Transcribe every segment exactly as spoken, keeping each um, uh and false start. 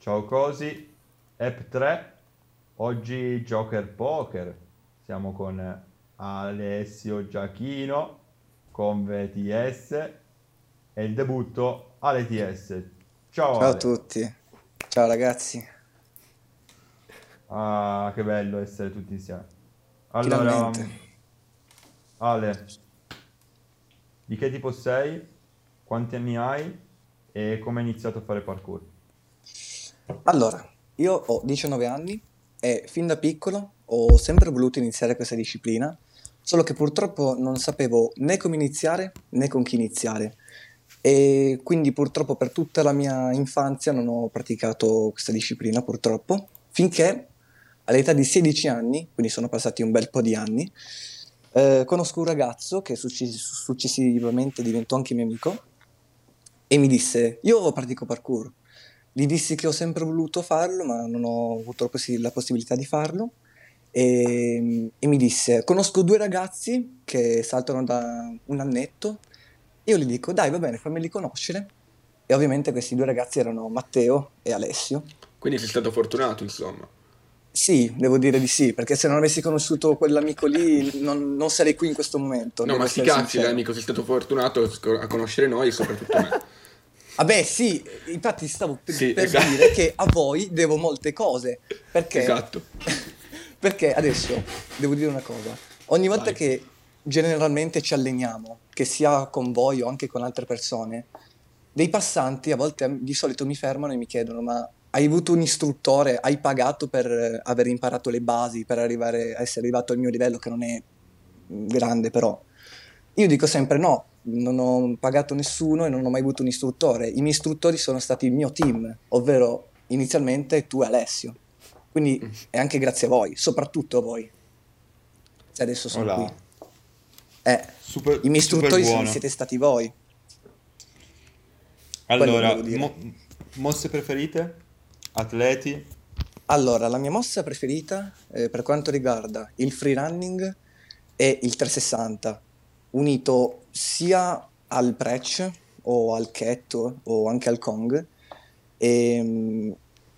Ciao Cosi, App tre, oggi Joker Poker, siamo con Alessio Giachino, con V T S e il debutto Ale T S. Ciao Ciao a Ale, tutti, ciao ragazzi, ah che bello essere tutti insieme. Allora, finalmente. mm, Ale, di che tipo sei? Quanti anni hai? E come hai iniziato a fare parkour? Allora, io ho diciannove anni e fin da piccolo ho sempre voluto iniziare questa disciplina, solo che purtroppo non sapevo né come iniziare né con chi iniziare. E quindi purtroppo per tutta la mia infanzia non ho praticato questa disciplina, purtroppo, finché all'età di sedici anni, quindi sono passati un bel po' di anni, eh, conosco un ragazzo che succe- successivamente diventò anche mio amico e mi disse, io pratico parkour. Gli dissi che ho sempre voluto farlo, ma non ho avuto la possi- la possibilità di farlo. E, e mi disse, conosco due ragazzi che saltano da un annetto. Io gli dico, dai, va bene, fammeli conoscere. E ovviamente questi due ragazzi erano Matteo e Alessio. Quindi sei stato fortunato, insomma. Sì, devo dire di sì, perché se non avessi conosciuto quell'amico lì non, non sarei qui in questo momento, No, ma devo sti essere cazzi, dai, sincero. amico, sei stato fortunato a conoscere noi e soprattutto me. Vabbè, sì, infatti stavo per, Sì, per dire che esatto. a voi devo molte cose, perché, Esatto. perché adesso devo dire una cosa, ogni volta Vai. che generalmente ci alleniamo, che sia con voi o anche con altre persone, dei passanti a volte di solito mi fermano e mi chiedono, ma hai avuto un istruttore, hai pagato per eh, aver imparato le basi, per arrivare a essere arrivato al mio livello, che non è mm, grande però. Io dico sempre no, non ho pagato nessuno e non ho mai avuto un istruttore. I miei istruttori sono stati il mio team, ovvero inizialmente tu e Alessio. Quindi è anche grazie a voi, soprattutto a voi, se adesso sono qui. Hola, Eh, super, i miei super istruttori sono- buono. siete stati voi, quello volevo Allora, dire. mo- mosse preferite? Atleti? Allora, la mia mossa preferita, eh, per quanto riguarda il free running è il trecentosessanta, unito sia al Prec o al Cat o anche al Kong. E, mh,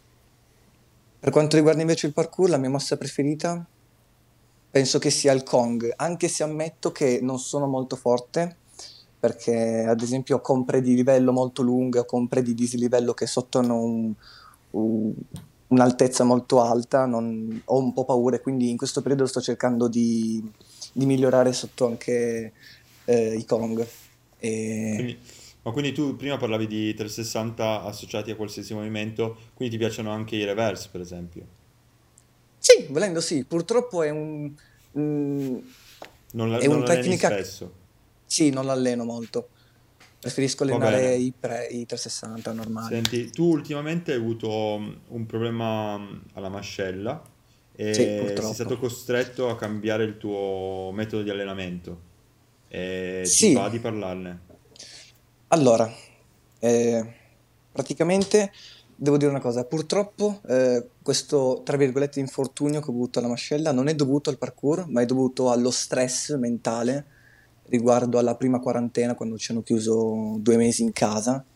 per quanto riguarda invece il parkour, la mia mossa preferita penso che sia il Kong, anche se ammetto che non sono molto forte, perché ad esempio ho compre di livello molto lunghe o compre di dislivello che sotto hanno un- un- un'altezza molto alta, non- ho un po' paura e quindi in questo periodo sto cercando di, di migliorare sotto anche eh, i Kong. E... Quindi, ma quindi tu prima parlavi di trecentosessanta associati a qualsiasi movimento, quindi ti piacciono anche i reverse, per esempio? Sì, volendo sì, purtroppo è un, mm, Non, la- è non una lo alleni tecnica. spesso. Sì, non l'alleno molto. Preferisco Va allenare bene. i, pre, i trecentosessanta normali. Senti, tu ultimamente hai avuto mm, un problema mm, alla mascella Sì, e sei purtroppo. stato costretto a cambiare il tuo metodo di allenamento. E ti Sì, va di parlarne? allora, eh, praticamente devo dire una cosa, purtroppo eh, questo, tra virgolette, infortunio che ho avuto alla mascella non è dovuto al parkour, ma è dovuto allo stress mentale riguardo alla prima quarantena quando ci hanno chiuso due mesi in casa.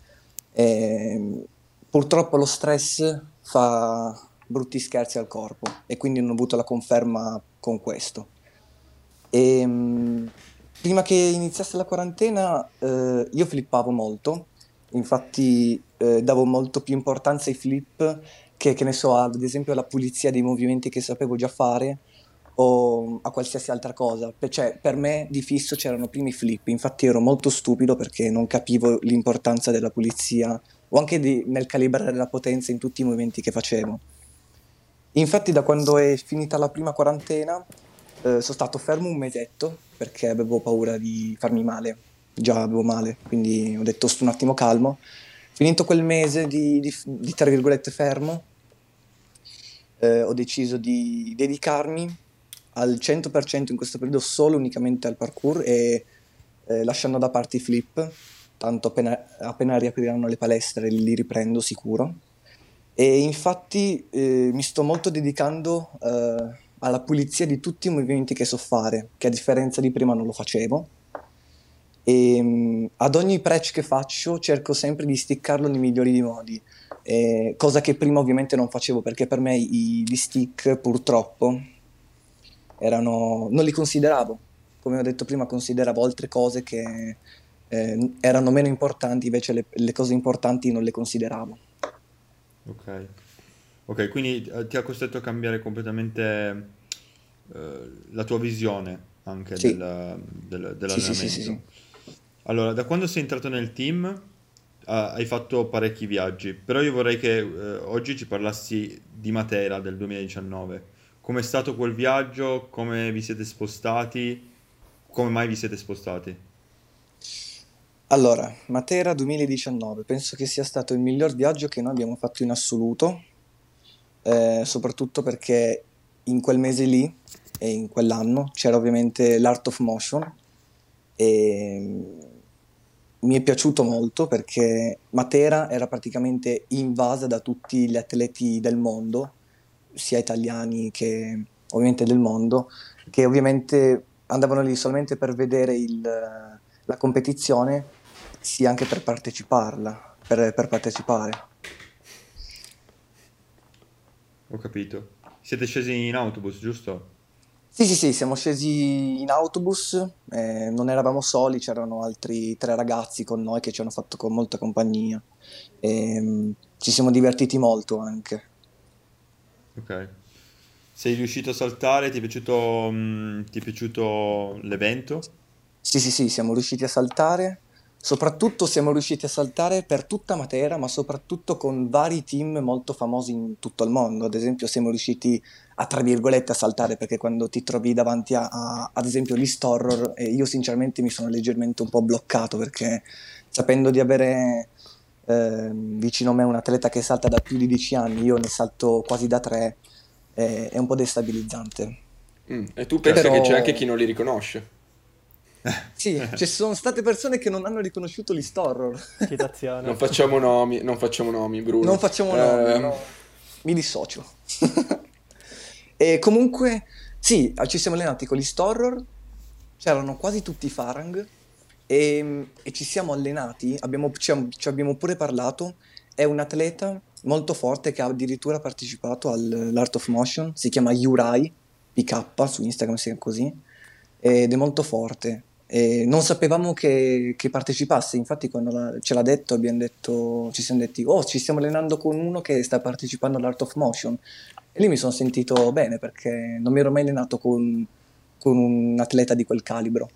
E, purtroppo lo stress fa brutti scherzi al corpo e quindi non ho avuto la conferma con questo. E, mh, prima che iniziasse la quarantena, eh, io flippavo molto, infatti eh, davo molto più importanza ai flip che, che ne so, ad esempio alla pulizia dei movimenti che sapevo già fare o a qualsiasi altra cosa. Per, cioè, per me di fisso c'erano prima i flip, infatti ero molto stupido perché non capivo l'importanza della pulizia o anche di- nel calibrare la potenza in tutti i movimenti che facevo. Infatti, da quando è finita la prima quarantena, eh, sono stato fermo un mesetto perché avevo paura di farmi male. Già avevo male, quindi ho detto sto un attimo calmo. Finito quel mese di, di- di, tra virgolette fermo, eh, ho deciso di dedicarmi al cento per cento in questo periodo solo e unicamente al parkour e eh, lasciando da parte i flip, tanto appena, appena riapriranno le palestre li riprendo sicuro. E infatti eh, mi sto molto dedicando eh, alla pulizia di tutti i movimenti che so fare, che a differenza di prima non lo facevo. E mh, ad ogni patch che faccio cerco sempre di sticcarlo nei migliori di modi. eh, cosa che prima ovviamente non facevo perché per me i- gli stick purtroppo erano, non li consideravo, come ho detto prima consideravo altre cose che eh, erano meno importanti, invece le, le cose importanti non le consideravo. Ok. Ok, quindi eh, ti ha costretto a cambiare completamente eh, la tua visione anche Sì, del- del- sì, sì, sì, sì, sì. dell'allenamento. Allora, da quando sei entrato nel team, ah, hai fatto parecchi viaggi, però io vorrei che eh, oggi ci parlassi di Matera del duemiladiciannove. Com'è stato quel viaggio? Come vi siete spostati? Come mai vi siete spostati? Allora, Matera duemiladiciannove, penso che sia stato il miglior viaggio che noi abbiamo fatto in assoluto, eh, soprattutto perché in quel mese lì e in quell'anno c'era ovviamente l'Art of Motion e mm, mi è piaciuto molto perché Matera era praticamente invasa da tutti gli atleti del mondo, sia italiani che ovviamente del mondo, che ovviamente andavano lì solamente per vedere il- la competizione, sia anche per parteciparla, per, per partecipare. Ho capito. Siete scesi in autobus, giusto? Sì, sì, sì, siamo scesi in autobus, eh, non eravamo soli, c'erano altri tre ragazzi con noi che ci hanno fatto con molta compagnia. E, ci siamo divertiti molto anche. Ok. Sei riuscito a saltare? Ti è piaciuto, mm, ti è piaciuto l'evento? Sì, sì, sì, siamo riusciti a saltare, soprattutto siamo riusciti a saltare per tutta Matera, ma soprattutto con vari team molto famosi in tutto il mondo. Ad esempio, siamo riusciti a, tra virgolette, a saltare perché quando ti trovi davanti a, a- ad esempio, l'East Horror, eh, io sinceramente mi sono leggermente un po' bloccato perché sapendo di avere ehm, vicino a me un atleta che salta da più di dieci anni, io ne salto quasi da tre, eh, è un po' destabilizzante. Mm, E tu pensa Certo. che c'è anche chi Però non li riconosce? sì, ci sono state persone che non hanno riconosciuto l'East Horror. Non Citazione. facciamo nomi, non facciamo nomi, Non Bruno. facciamo nomi, Ehm, no. Mi dissocio. E comunque, sì, ci siamo allenati con l'East Horror, c'erano quasi tutti i Farang e, e ci siamo allenati, abbiamo, ci, am- ci abbiamo pure parlato, è un atleta molto forte che ha addirittura partecipato all'Art of Motion, si chiama Yurai, P K, su Instagram si chiama così, ed è molto forte. E non sapevamo che, che partecipasse, infatti quando la- ce l'ha detto, abbiamo detto, ci siamo detti, oh, ci stiamo allenando con uno che sta partecipando all'Art of Motion. E lì mi sono sentito bene perché non mi ero mai allenato con, con un atleta di quel calibro.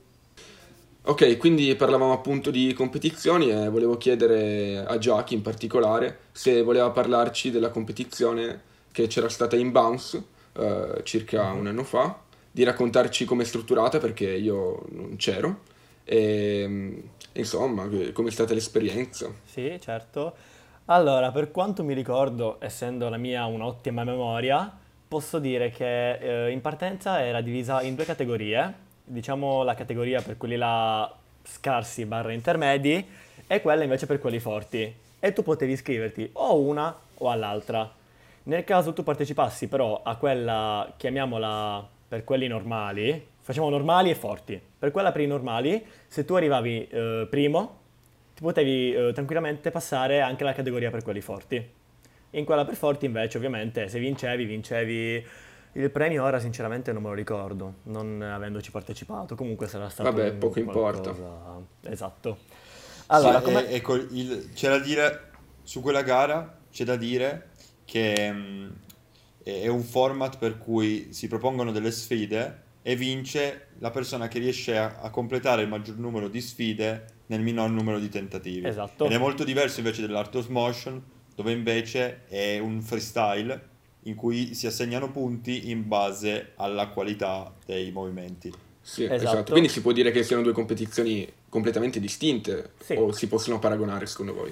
ok, quindi parlavamo appunto di competizioni e volevo chiedere a Giachi in particolare se voleva parlarci della competizione che c'era stata in Bounce eh, circa un anno fa, di raccontarci com'è strutturata perché io non c'ero e mm, insomma, che- com'è stata l'esperienza. Sì, certo. Allora, per quanto mi ricordo, essendo la mia un'ottima memoria, posso dire che eh, in partenza era divisa in due categorie. Diciamo la categoria per quelli là scarsi barra intermedi e quella invece per quelli forti. E tu potevi iscriverti o una o all'altra. Nel caso tu partecipassi però a quella, chiamiamola per quelli normali, facciamo normali e forti. Per quella per i normali, se tu arrivavi eh, primo, ti potevi eh, tranquillamente passare anche alla categoria per quelli forti. In quella per forti invece, ovviamente, se vincevi, vincevi il premio. Ora sinceramente non me lo ricordo, non avendoci partecipato. Comunque sarà stato Vabbè, un poco importa. qualcosa. Esatto. Ma Allora, eh, come. ecco, il- c'è da dire su quella gara, c'è da dire che mh, è è un format per cui si propongono delle sfide e vince la persona che riesce a, a completare il maggior numero di sfide nel minor numero di tentativi. Ed è Esatto. molto diverso invece dell'Art of Motion, dove invece è un freestyle in cui si assegnano punti in base alla qualità dei movimenti. Sì, esatto. Quindi Esatto. si può dire che siano due competizioni completamente distinte Sì. o si possono paragonare secondo voi?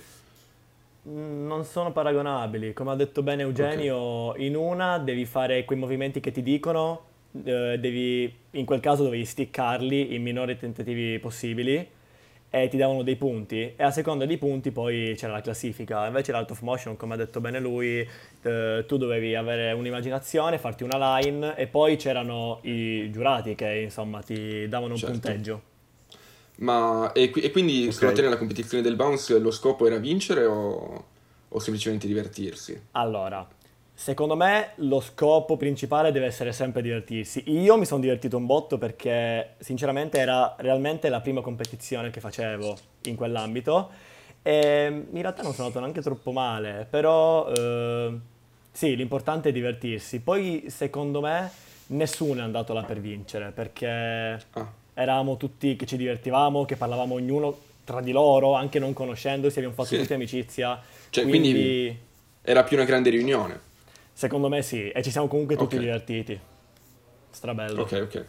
Mm, Non sono paragonabili, come ha detto bene Ok, Eugenio, in una devi fare quei movimenti che ti dicono, eh, devi, in quel caso dovevi sticcarli in minori tentativi possibili e ti davano dei punti e a seconda dei punti poi c'era la classifica. Invece l'Art of Motion, come ha detto bene lui, eh, tu dovevi avere un'immaginazione, farti una line e poi c'erano i giurati che insomma ti davano un certo. punteggio. Ma e, qui- e quindi Ok? secondo te nella competizione del bounce lo scopo era vincere o, o semplicemente divertirsi? Allora, secondo me lo scopo principale deve essere sempre divertirsi. Io mi sono divertito un botto perché sinceramente era realmente la prima competizione che facevo in quell'ambito e in realtà non sono andato neanche troppo male, però eh, sì, l'importante è divertirsi. Poi secondo me nessuno è andato là per vincere perché Ah, eravamo tutti che ci divertivamo, che parlavamo ognuno tra di loro, anche non conoscendosi, abbiamo fatto tutti sì. amicizia, Cioè, quindi quindi era più una grande riunione. secondo me sì, e ci siamo comunque Ok, tutti divertiti. Strabello. ok, ok.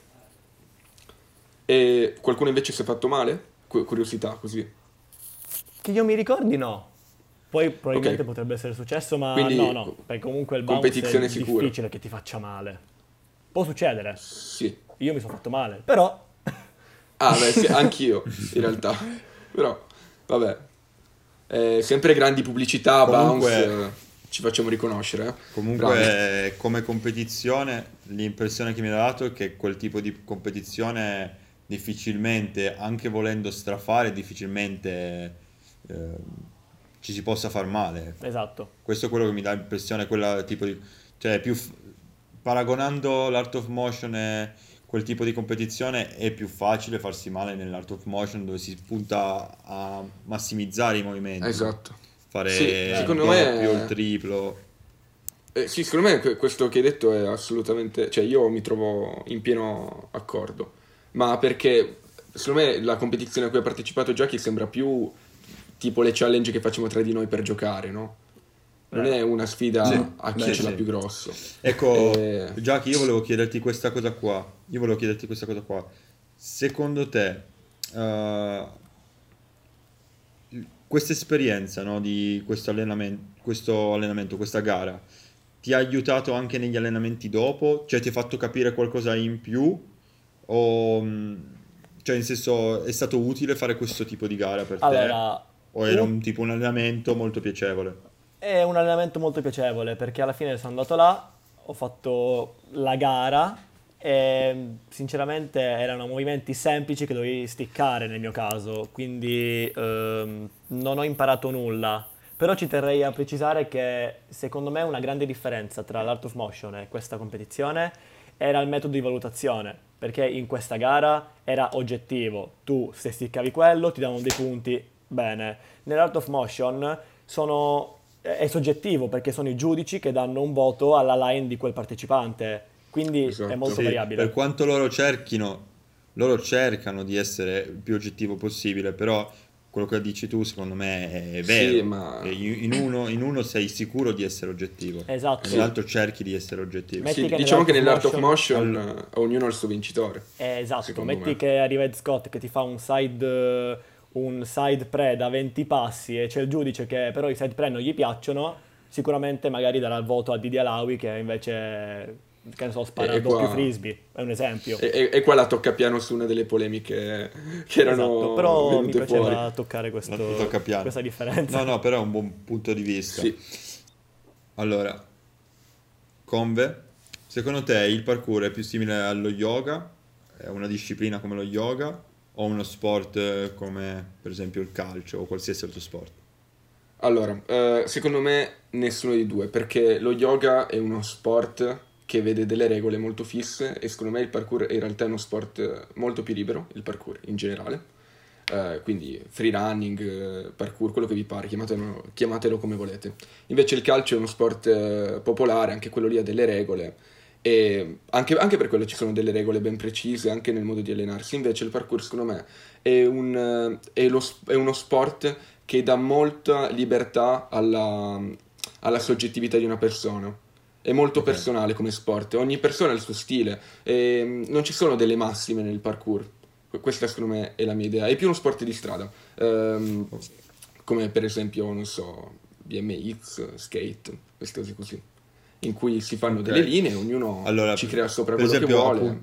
E qualcuno invece si è fatto male? Cu- curiosità, così. Che io mi ricordi no. Poi Ok, probabilmente potrebbe essere successo, ma no, quindi no, co- perché comunque il bounce è competizione sicura. difficile che ti faccia male. Può succedere. Sì. Io mi sono fatto male, però Ah, beh, sì, anch'io, in realtà. Però, vabbè. Eh, sempre grandi pubblicità, bounce, Comunque, eh, ci facciamo riconoscere, eh. Bravi. comunque come competizione, l'impressione che mi ha dato è che quel tipo di competizione difficilmente, anche volendo strafare, difficilmente eh, ci si possa far male. esatto. Questo è quello che mi dà l'impressione, quella tipo di... cioè più f- paragonando l'Art of Motion e quel tipo di competizione è più facile farsi male nell'Art of Motion dove si punta a massimizzare i movimenti, Esatto. Sì, fare il secondo doppio, il me, triplo. eh, sì, secondo me que- questo che hai detto è assolutamente, cioè io mi trovo in pieno accordo, ma perché secondo me la competizione a cui ha partecipato Jackie sembra più tipo le challenge che facciamo tra di noi per giocare, no? Non Vero. è una Sì, sfida a chi sì, ce l'ha sì. più grosso. Ecco, Eh, Giacchi, io volevo chiederti questa cosa qua. Io volevo chiederti questa cosa qua. Secondo te, eh, questa esperienza, no, di questo allenamento, questo allenamento, questa gara, ti ha aiutato anche negli allenamenti dopo? Cioè ti ha fatto capire qualcosa in più? O, mh, cioè in senso, è stato utile fare questo tipo di gara per te? Allora, O era u- un tipo un allenamento molto piacevole? è un allenamento molto piacevole perché alla fine sono andato là, ho fatto la gara e sinceramente erano movimenti semplici che dovevi sticcare nel mio caso, quindi ehm, non ho imparato nulla. Però ci terrei a precisare che secondo me una grande differenza tra l'Art of Motion e questa competizione era il metodo di valutazione, perché in questa gara era oggettivo, tu se sticcavi quello ti davano dei punti, bene. Nell'Art of Motion sono è soggettivo perché sono i giudici che danno un voto alla line di quel partecipante, quindi è molto esatto. Sì, per variabile. quanto loro cerchino, loro cercano di essere il più oggettivo possibile, però quello che dici tu secondo me è Sì, vero, ma che in uno, in uno sei sicuro di essere oggettivo e Esatto. sì. nell'altro cerchi di essere oggettivo. Metti Sì, che diciamo nell'Art che of nell'Art of Motion Motion All- eh, ognuno ha il suo vincitore, Eh, esatto, secondo metti me. che arriva Ed Scott che ti fa un side, eh, un side pre da venti passi e c'è il giudice che però i side pre non gli piacciono, sicuramente magari darà il voto a Didi Alawi che invece, che ne so, E, spara e il doppio qua, frisbee, è un esempio. e, e- e qua la tocca piano su una delle polemiche che Esatto, erano però mi venute fuori. piaceva toccare No, ti questo- tocca piano. questa No, differenza. no, però è un buon punto di vista. Sì. Allora, Conve, secondo te il parkour è più simile allo yoga? È una disciplina come lo yoga? O uno sport eh, come per esempio il calcio o qualsiasi altro sport? Allora, eh, secondo me nessuno dei due, perché lo yoga è uno sport che vede delle regole molto fisse e secondo me il parkour in realtà è uno sport eh, molto più libero, il parkour in generale. Eh, quindi free running, eh, parkour, quello che vi pare, chiamatelo, chiamatelo come volete. Invece il calcio è uno sport eh, popolare, anche quello lì ha delle regole e anche, anche per quello ci sono delle regole ben precise anche nel modo di allenarsi. Invece il parkour secondo me è, un, eh, è, lo s- è uno sport che dà molta libertà alla, alla soggettività di una persona. È molto Ok. personale come sport, ogni persona ha il suo stile e mm, non ci sono delle massime nel parkour. Que- Questa secondo me è la mia idea. È più uno sport di strada, ehm, come per esempio, non so, B M X, skate, queste cose così, in cui si fanno delle Ok. linee, ognuno Allora, ci crea sopra per quello che esempio, vuole. appu-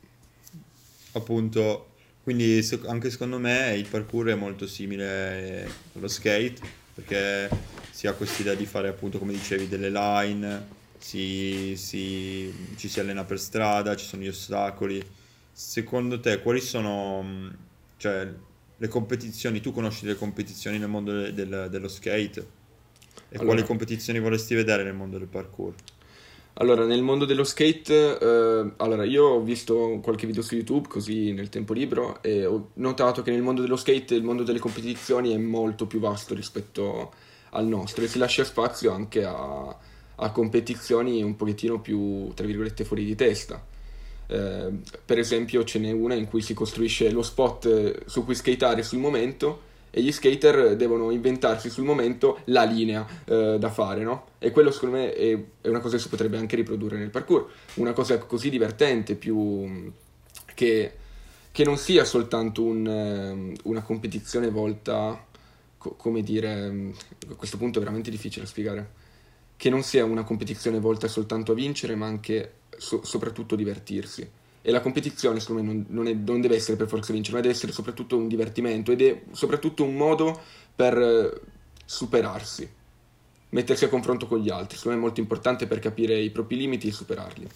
appunto, quindi se- anche secondo me il parkour è molto simile allo skate, perché si ha quest'idea di fare appunto, come dicevi, delle line, si, si- ci si allena per strada, ci sono gli ostacoli. Secondo te, quali sono, mh, cioè, le competizioni? Tu conosci le competizioni nel mondo de- del- dello skate? E Allora. quali competizioni vorresti vedere nel mondo del parkour? Allora, nel mondo dello skate, eh, allora io ho visto qualche video su YouTube così nel tempo libero e ho notato che nel mondo dello skate il mondo delle competizioni è molto più vasto rispetto al nostro e si lascia spazio anche a, a competizioni un pochettino più, tra virgolette, fuori di testa. Eh, per esempio ce n'è una in cui si costruisce lo spot eh, su cui skateare sul momento e gli skater devono inventarsi sul momento la linea eh, da fare, no? E quello secondo me è, è una cosa che si potrebbe anche riprodurre nel parkour, una cosa così divertente, più che, che non sia soltanto un, ehm, una competizione volta, co- come dire, a questo punto è veramente difficile da spiegare, che non sia una competizione volta soltanto a vincere, ma anche so- soprattutto divertirsi. E la competizione, secondo me, non, non è- non deve essere per forza vincere, ma deve essere soprattutto un divertimento ed è soprattutto un modo per eh, superarsi, mettersi a confronto con gli altri. Secondo me è molto importante per capire i propri limiti e superarli.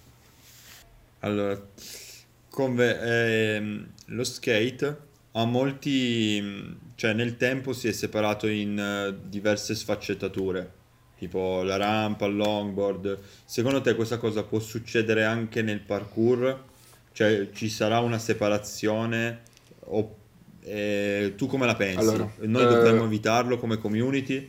Allora, Conve, ehm, lo skate ha molti, cioè nel tempo si è separato in eh, diverse sfaccettature, tipo la rampa, il longboard. Secondo te questa cosa può succedere anche nel parkour? Cioè ci sarà una separazione? O, eh, tu come la pensi? Allora, Noi dovremmo eh, evitarlo come community?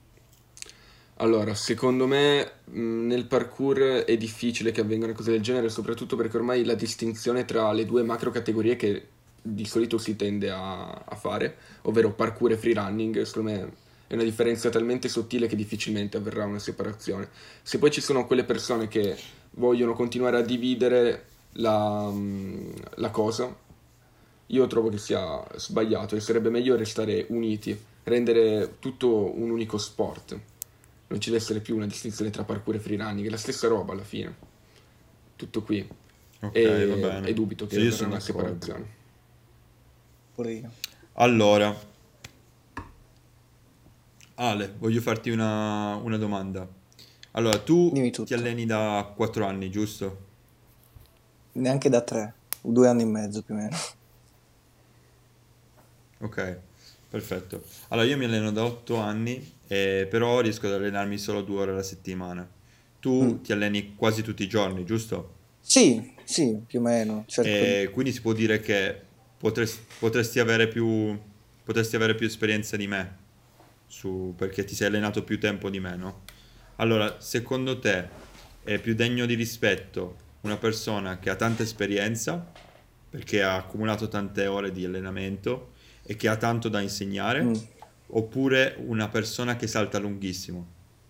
Allora, secondo me mh, nel parkour è difficile che avvengano cose del genere, soprattutto perché ormai la distinzione tra le due macro categorie che di solito si tende a, a fare, ovvero parkour e freerunning, secondo me è una differenza talmente sottile che difficilmente avverrà una separazione. Se poi ci sono quelle persone che vogliono continuare a dividere la, mh, la cosa, io trovo che sia sbagliato e sarebbe meglio restare uniti, rendere tutto un unico sport. Non ci deve essere più una distinzione tra parkour e freerunning, è la stessa roba alla fine. Tutto qui. Ok, va E, bene. e dubito che Sì, io avverrà sono una d'accordo. separazione. Pure io. Allora, Ale, voglio farti una, una domanda. Allora, tu Dimmi ti tutto. alleni da quattro anni, giusto? Neanche da tre, due anni e mezzo più o meno. Ok, perfetto. Allora, io mi alleno da otto anni, eh, però riesco ad allenarmi solo due ore alla settimana. Mm. Tu ti alleni quasi tutti i giorni, giusto? Sì, sì, più o meno. Cerco di... E quindi si può dire che potres- potresti avere più, potresti avere più esperienza di me, su- perché ti sei allenato più tempo di me, no? Allora, secondo te è più degno di rispetto una persona che ha tanta esperienza, perché ha accumulato tante ore di allenamento e che ha tanto da Mm. insegnare, oppure una persona che salta lunghissimo?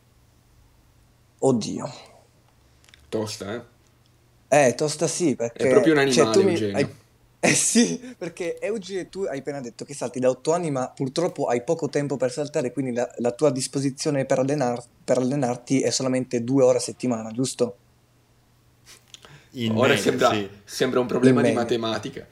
Oddio. Tosta, eh? Eh, tosta sì, È proprio un perché... Cioè, tu animale, mi... Eugenio. hai- Eh sì, perché Euge, tu hai appena detto che salti da otto anni, ma purtroppo hai poco tempo per saltare, quindi la, la tua disposizione per allenar- per allenarti è solamente due ore a settimana, giusto? In Ora media, sembra, sì. sembra un In problema di media. matematica.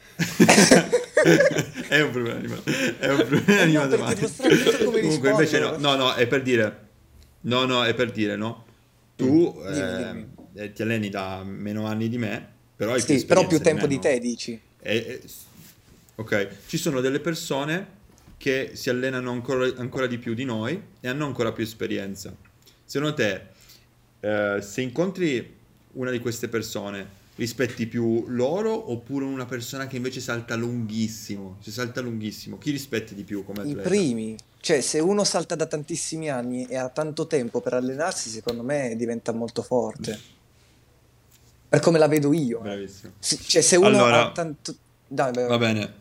È un problema di, ma- è un problema Eh di no, perché devo matematica. stracchare come Comunque invece no, rispondere. no, no, è per dire, no, no, è per dire, no? Mm. Tu Dimmi, eh, dimmi. eh, ti alleni da meno anni di me, però hai più Sì, però più esperienza di tempo me, di te, no? dici. E- e- ok, ci sono delle persone che si allenano ancora, ancora di più di noi e hanno ancora più esperienza. Secondo te, eh, se incontri una di queste persone, rispetti più loro oppure una persona che invece salta lunghissimo? Se salta lunghissimo, chi rispetti di più come I atleta? primi, cioè se uno salta da tantissimi anni e ha tanto tempo per allenarsi, secondo me diventa molto forte. Per come la vedo io, eh. Bravissimo. Se- Cioè se uno ha Allora, tanto... Dai, vai, va vai. bene.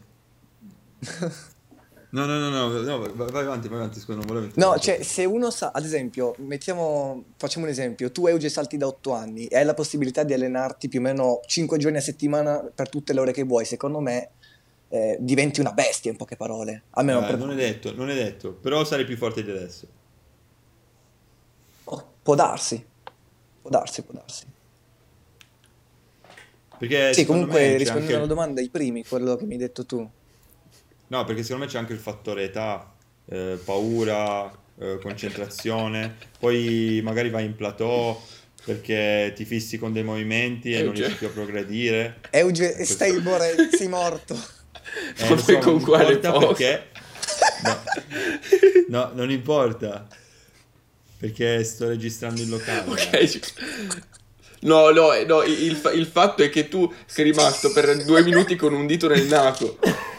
No, no, no, no, no, vai vai avanti, vai avanti, scusa, non volevo No, cioè interromperti. se uno sa, ad esempio, mettiamo, facciamo un esempio, tu Euge salti da otto anni e hai la possibilità di allenarti più o meno cinque giorni a settimana per tutte le ore che vuoi, secondo me eh, diventi una bestia in poche parole, almeno Eh, per... non è detto, non è detto, però sarei più forte di adesso. oh, può darsi, può darsi, può darsi. Perché Sì, secondo me comunque c'è rispondendo alla anche... domanda, i primi, quello che mi hai detto tu. No, perché secondo me c'è anche il fattore età, eh, paura, eh, concentrazione, poi magari vai in plateau perché ti fissi con dei movimenti e non riesci più a progredire. Euge, E stai questo... more- sei morto. Eh, lo Ma so, poi con non quale importa posa? perché... No, no, non importa. Perché sto registrando il locale. Ok. No, no, eh, no, il, fa- il fatto è che tu sei rimasto per due minuti con un dito nel naso.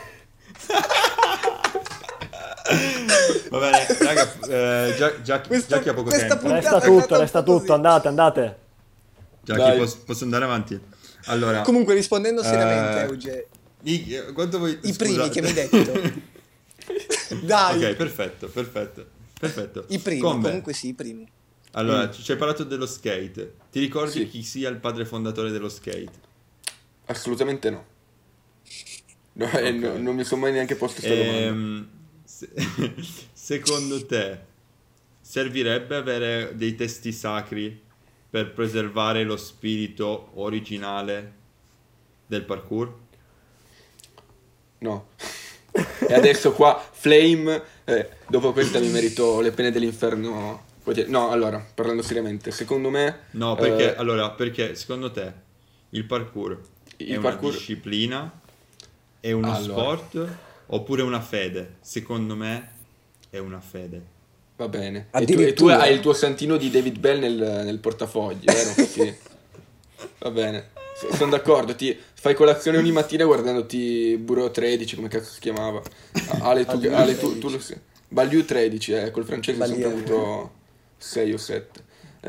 Va bene, raga, eh, già, già, Questa- già che ha poco questa tempo. puntata- Resta è tutto, andata resta un po' tutto, così. andate, andate. Già Dai. che posso, posso andare avanti. Allora, Comunque, rispondendo seriamente, Eh, Euge, i, eh, quanto vuoi, i scusa. primi che mi hai detto. Dai, Ok, perfetto, perfetto, perfetto. i primi, Combe, comunque sì, i primi. allora, Mm. ci hai parlato dello skate. Ti ricordi Sì. chi sia il padre fondatore dello skate? Assolutamente no. No, eh, Ok. no, non mi sono mai neanche posto questa domanda. Ehm, se- secondo te servirebbe avere dei testi sacri per preservare lo spirito originale del parkour? No. E adesso qua, Flame, eh, dopo questa mi merito le pene dell'inferno. Poi- No, allora, parlando seriamente, secondo me... No, perché eh, allora, perché secondo te il parkour Il è una parkour- disciplina, è uno Allora. sport oppure una fede? Secondo me è una fede. Va bene. E tu, e tu Addirittura. hai il tuo santino di David Bell nel, nel portafoglio, vero? Sì. Va bene. Sono d'accordo, ti fai colazione ogni mattina guardandoti Bureau tredici, come cazzo si chiamava. Ale, tu, Balliu Ale, tu, tredici. tu lo sai. Balliu tredici, eh, col francese ho sempre Balliu. avuto sei o sette.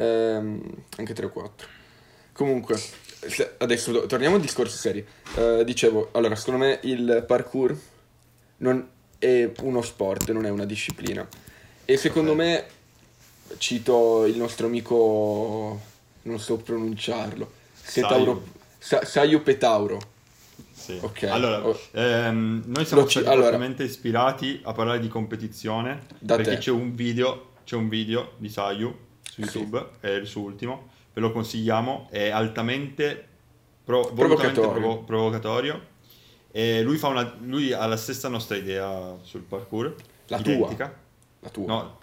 Anche tre o quattro. Comunque, se- adesso do- torniamo al discorso seri. Eh, dicevo, allora, secondo me il parkour non è uno sport, non è una disciplina. E secondo Ok. me, cito il nostro amico, non so pronunciarlo, Setauro, Sa- Saio Petauro. Sì. Ok. Allora, Oh. ehm, noi siamo Lo ci- stati allora. fortemente ispirati a parlare di competizione Da perché te. c'è un video, c'è un video di Sayu su YouTube, è il suo ultimo, ve lo consigliamo, è altamente pro- volutamente Provocatorio. provo- provocatorio e lui, fa una, lui ha la stessa nostra idea sul parkour, La tua. identica. La tua. No,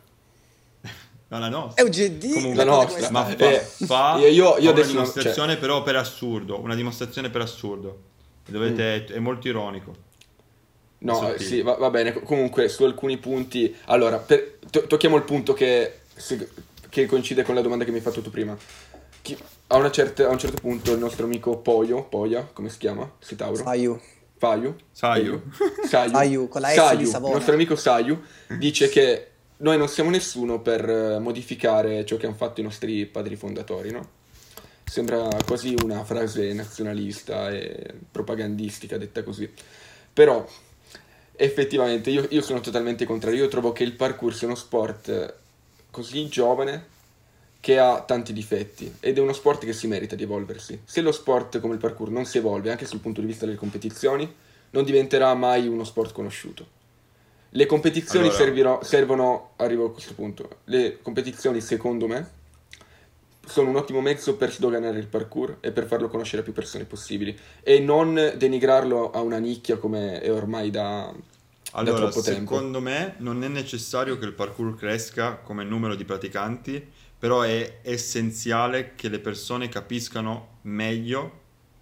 no, la nostra. Euge, di Comunque, La le cose nostra. come Ma stanno. fa, Eh, fa- io- io fa una adesso non- dimostrazione però per assurdo, una dimostrazione per assurdo. Dovete, Mm. è molto ironico. No, sottile. eh, sì, va, va bene. Comunque, su alcuni punti... Allora, per- to- tocchiamo il punto che, se- che coincide con la domanda che mi hai fatto tu prima. Chi- a, una certa- a un certo punto il nostro amico Poio, Poia, come si chiama? Sitauro? Sayu. Faiu? Sayu. Sayu. Sayu, con la S Sayu, di Savona. il nostro amico Sayu dice che noi non siamo nessuno per eh, modificare ciò che hanno fatto i nostri padri fondatori, no? Sembra quasi una frase nazionalista e propagandistica detta così. Però, effettivamente, io, io sono totalmente contrario. Io trovo che il parkour sia uno sport così giovane che ha tanti difetti ed è uno sport che si merita di evolversi. Se lo sport come il parkour non si evolve anche sul punto di vista delle competizioni, non diventerà mai uno sport conosciuto. Le competizioni Allora. serviro- servono, arrivo a questo punto, le competizioni secondo me sono un ottimo mezzo per sdoganare il parkour e per farlo conoscere a più persone possibili e non denigrarlo a una nicchia come è ormai da, da Allora, troppo tempo. secondo me non è necessario che il parkour cresca come numero di praticanti, però è essenziale che le persone capiscano meglio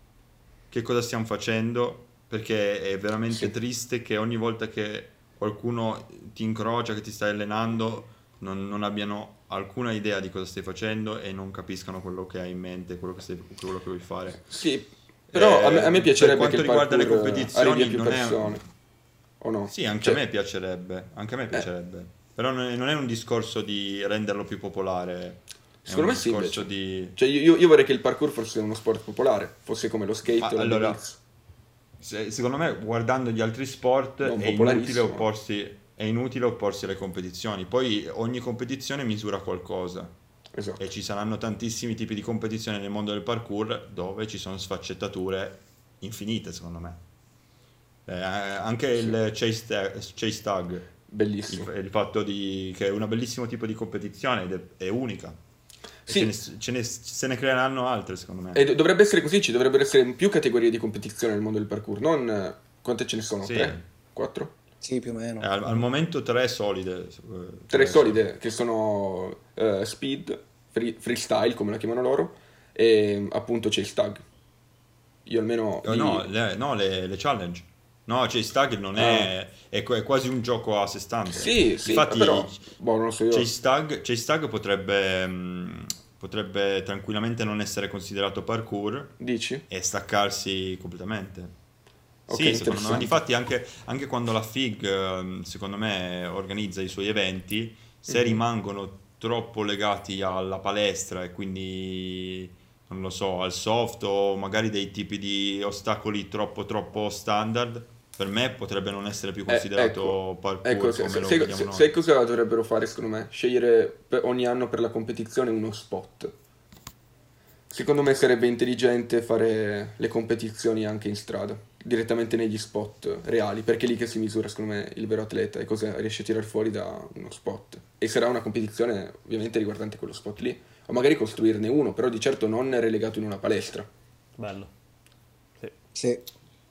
che cosa stiamo facendo, perché è veramente Sì. triste che ogni volta che qualcuno ti incrocia, che ti stai allenando, non, non abbiano alcuna idea di cosa stai facendo e non capiscano quello che hai in mente, quello che, stai, quello che vuoi fare. Sì, però a me, a me Eh, piacerebbe per che il quanto riguarda le parkour competizioni, arrivi a più non è- persone. O no? Sì, anche Cioè, a me piacerebbe, anche a me piacerebbe. Però non è, non è un discorso di renderlo più popolare, è Secondo un me sì, discorso invece. di... Cioè, io, io vorrei che il parkour fosse uno sport popolare, fosse come lo skate Ah, o la allora, B M X. se- secondo me, guardando gli altri sport, Non è inutile popolarissimo. opporsi, è inutile opporsi alle competizioni. Poi ogni competizione misura qualcosa Esatto. e ci saranno tantissimi tipi di competizioni nel mondo del parkour dove ci sono sfaccettature infinite, secondo me. Eh, anche il chase tag, chase tag Bellissimo. il, il fatto di, che è un bellissimo tipo di competizione ed è, è unica. E Sì. ce, ne, ce ne- se ne creeranno altre, secondo me. E do- dovrebbe essere così, ci dovrebbero essere più categorie di competizione nel mondo del parkour, non eh, quante ce ne sono? Sì. Tre? Quattro? Sì, più o meno. Eh, al, al momento tre solide. eh, Tre solide, che sono eh, speed, free- freestyle, come la chiamano loro, e appunto chase tag. Io almeno... Eh, li- no, le, no, le, le challenge. No, Chase Tag non è, è, è quasi un gioco a sé stante. Sì, sì, Infatti, però, boh, non lo so io. Chase Tag, Chase Tag potrebbe, mh, potrebbe tranquillamente non essere considerato parkour Dici? e staccarsi completamente. Ok, Sì, secondo me. interessante. Difatti anche, anche quando la F I G, ehm, secondo me, organizza i suoi eventi, se Mhm. rimangono troppo legati alla palestra e quindi, non lo so, al soft o magari dei tipi di ostacoli troppo troppo standard, per me potrebbe non essere più Eh, ecco, considerato parkour ecco, se- come se- lo sai vediamo se- noi. sai cosa dovrebbero fare secondo me? Scegliere per- ogni anno per la competizione uno spot. Secondo me sarebbe intelligente fare le competizioni anche in strada, direttamente negli spot reali, perché è lì che si misura secondo me il vero atleta e cosa riesce a tirar fuori da uno spot. E sarà una competizione ovviamente riguardante quello spot lì, o magari costruirne uno, però di certo non relegato in una palestra, Bello. Sì. Sì.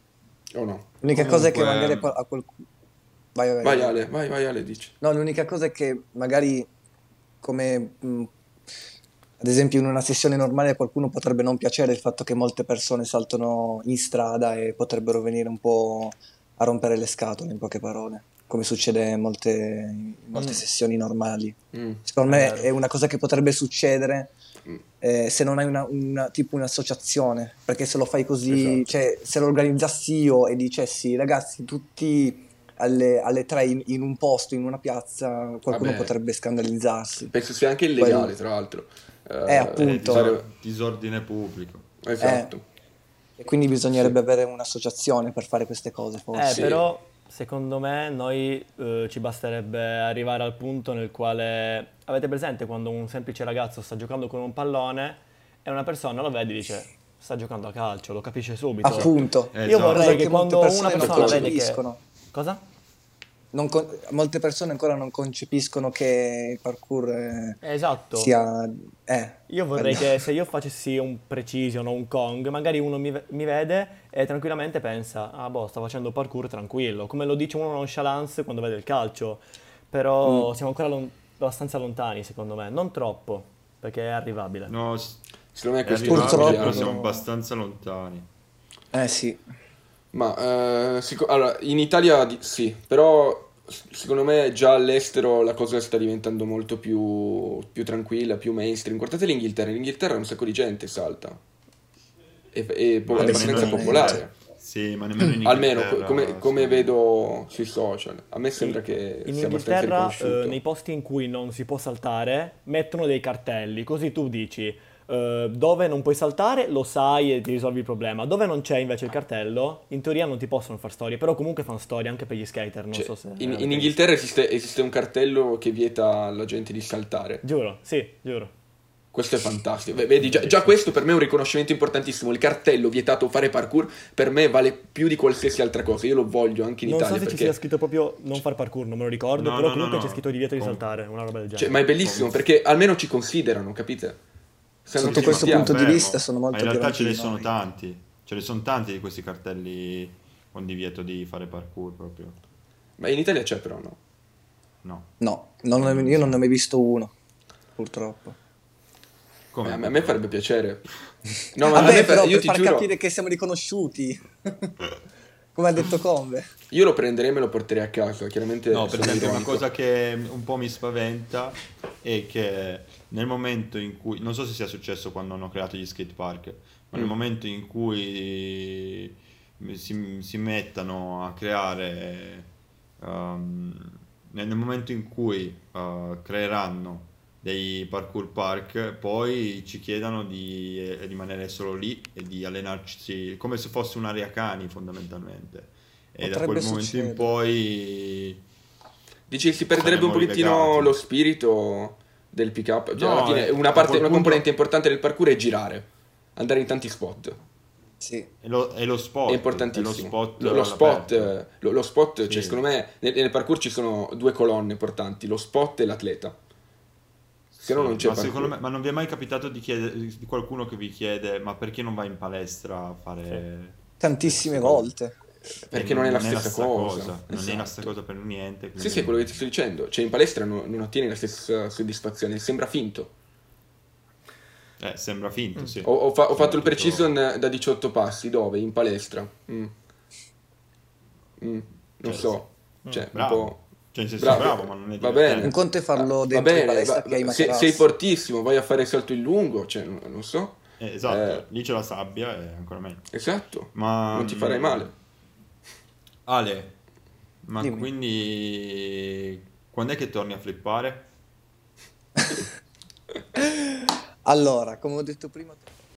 o no? L'unica cosa è che Comunque, magari a qual- a qualcuno... Vai, vai, Vai vai. Ale, vai, vai Ale, dici. No, l'unica cosa è che magari come mh, ad esempio in una sessione normale a qualcuno potrebbe non piacere il fatto che molte persone saltano in strada e potrebbero venire un po' a rompere le scatole, in poche parole, come succede in molte, in molte Mm. sessioni normali. Mm, Secondo È me vero. è una cosa che potrebbe succedere mm, eh, se non hai una, una- tipo un'associazione, perché se lo fai così, esatto. cioè se lo organizzassi io e dicessi ragazzi tutti alle, alle tre in, in un posto, in una piazza, qualcuno Vabbè, potrebbe scandalizzarsi. penso sia anche Quello- illegale, tra l'altro. Eh, Eh, appunto. disor- fare- disordine pubblico. Esatto. E quindi bisognerebbe avere un'associazione per fare queste cose, Eh, forse. Sì. però secondo me noi eh, ci basterebbe arrivare al punto nel quale avete presente quando un semplice ragazzo sta giocando con un pallone e una persona lo vede e dice sta giocando a calcio, lo capisce subito. Appunto. Eh, Io esatto. vorrei Cosa che che molte quando persone una non persona vede che... concepiscono. Cosa? Non con- molte persone ancora non concepiscono che il parkour eh, Esatto. sia... Eh, Io vorrei quello. che se io facessi un Precision o un Kong, magari uno mi, mi vede e tranquillamente pensa, ah boh, sta facendo parkour tranquillo, come lo dice uno nonchalance quando vede il calcio, però Mm. siamo ancora lon- abbastanza lontani secondo me, non troppo, perché è arrivabile. No, s- Secondo me è questo arrivabile, Purtroppo però anni. siamo no. abbastanza lontani. Eh sì. Ma eh, sic- allora, in Italia di- sì, però s- secondo me già all'estero la cosa sta diventando molto più, più tranquilla, più mainstream. Guardate l'Inghilterra, in Inghilterra un sacco di gente salta, e, e po- Ma è abbastanza nemmeno- popolare. Sì, ma nemmeno in Almeno co- Inghilterra, come, come sì. vedo sui social. A me sembra che In sia abbastanza Inghilterra, riconosciuto. eh, nei posti in cui non si può saltare, mettono dei cartelli, così tu dici eh, dove non puoi saltare, lo sai e ti risolvi il problema. Dove non c'è invece il cartello, in teoria non ti possono far storie, però comunque fanno storie anche per gli skater, non Cioè, so se... in, avete in visto. Inghilterra esiste, esiste un cartello che vieta alla gente di saltare. Giuro, sì, giuro. Questo è fantastico. Beh, vedi, già, già questo per me è un riconoscimento importantissimo. Il cartello vietato fare parkour per me vale più di qualsiasi altra cosa. Io lo voglio anche in Non so Italia se ci perché... sia scritto proprio non far parkour, non me lo ricordo, No, però no, comunque no, c'è no. scritto divieto di Com- saltare, una roba del genere. Cioè, ma è bellissimo perché almeno ci considerano, capite? Sanno Sotto che questo ci stiamo. punto di Fermo. vista sono molto Ma in più realtà ce ne avanti di sono noi. tanti. Ce ne sono tanti di questi cartelli con divieto di fare parkour proprio. Ma in Italia c'è però, no? No. No, non ne- io non ne ho mai visto uno, purtroppo. Come? Eh, a me a me farebbe piacere. No, ma a Vabbè, me però io per ti far giuro, capire che siamo riconosciuti, come ha detto Conve. io lo prenderei e me lo porterei a casa. Chiaramente No, per sono esempio una ironico. cosa che un po' mi spaventa è che nel momento in cui, non so se sia successo quando hanno creato gli skate park, ma nel Mm. momento in cui si, si mettano a creare, um, nel nel momento in cui uh, creeranno dei parkour park, poi ci chiedano di eh, rimanere solo lì e di allenarci come se fosse un'area cani fondamentalmente. E da Potrebbe quel momento in succedere. poi Dici, si perderebbe un saremo pochettino rilegati. lo spirito del pick up. Cioè, No, alla fine eh, una a parte, quel una punto- componente importante del parkour è girare, andare in tanti spot. Sì. È lo, è lo spot, È è importantissimo. lo spot, Lo, lo spot, all'aperto. eh, lo, lo spot, Sì. cioè, secondo me, nel, nel parkour ci sono due colonne importanti, lo spot e l'atleta. Se no Sì, non c'è ma parkour. secondo me, ma non vi è mai capitato di chiedere di qualcuno che vi chiede ma perché non vai in palestra a fare Tantissime queste cose? volte. Perché E non è la stessa cosa. Non è la Esatto. stessa cosa per niente. Sì, quindi- sì, è quello che ti sto dicendo. Cioè, in palestra non, non ottieni la stessa soddisfazione, sembra finto. Eh, sembra finto, sì. Ho, ho fa- ho fatto il Sembra tutto- precision da diciotto passi, dove? In palestra. Mm. mm, non Cioè, so, sì. cioè, un Bravo. po'... Cioè, nel senso, Bravo. bravo, ma non è Va divertente. bene. Un conto è farlo Va dentro in bene, palestra va- che hai i se- sei materassi. fortissimo, vai a fare il salto in lungo, cioè, non, non so. Eh, esatto, Eh, lì c'è la sabbia e ancora meglio. esatto, Ma non ti farai male. Ale, ma Dimmi. quindi quando è che torni a flippare? Allora, come ho detto prima,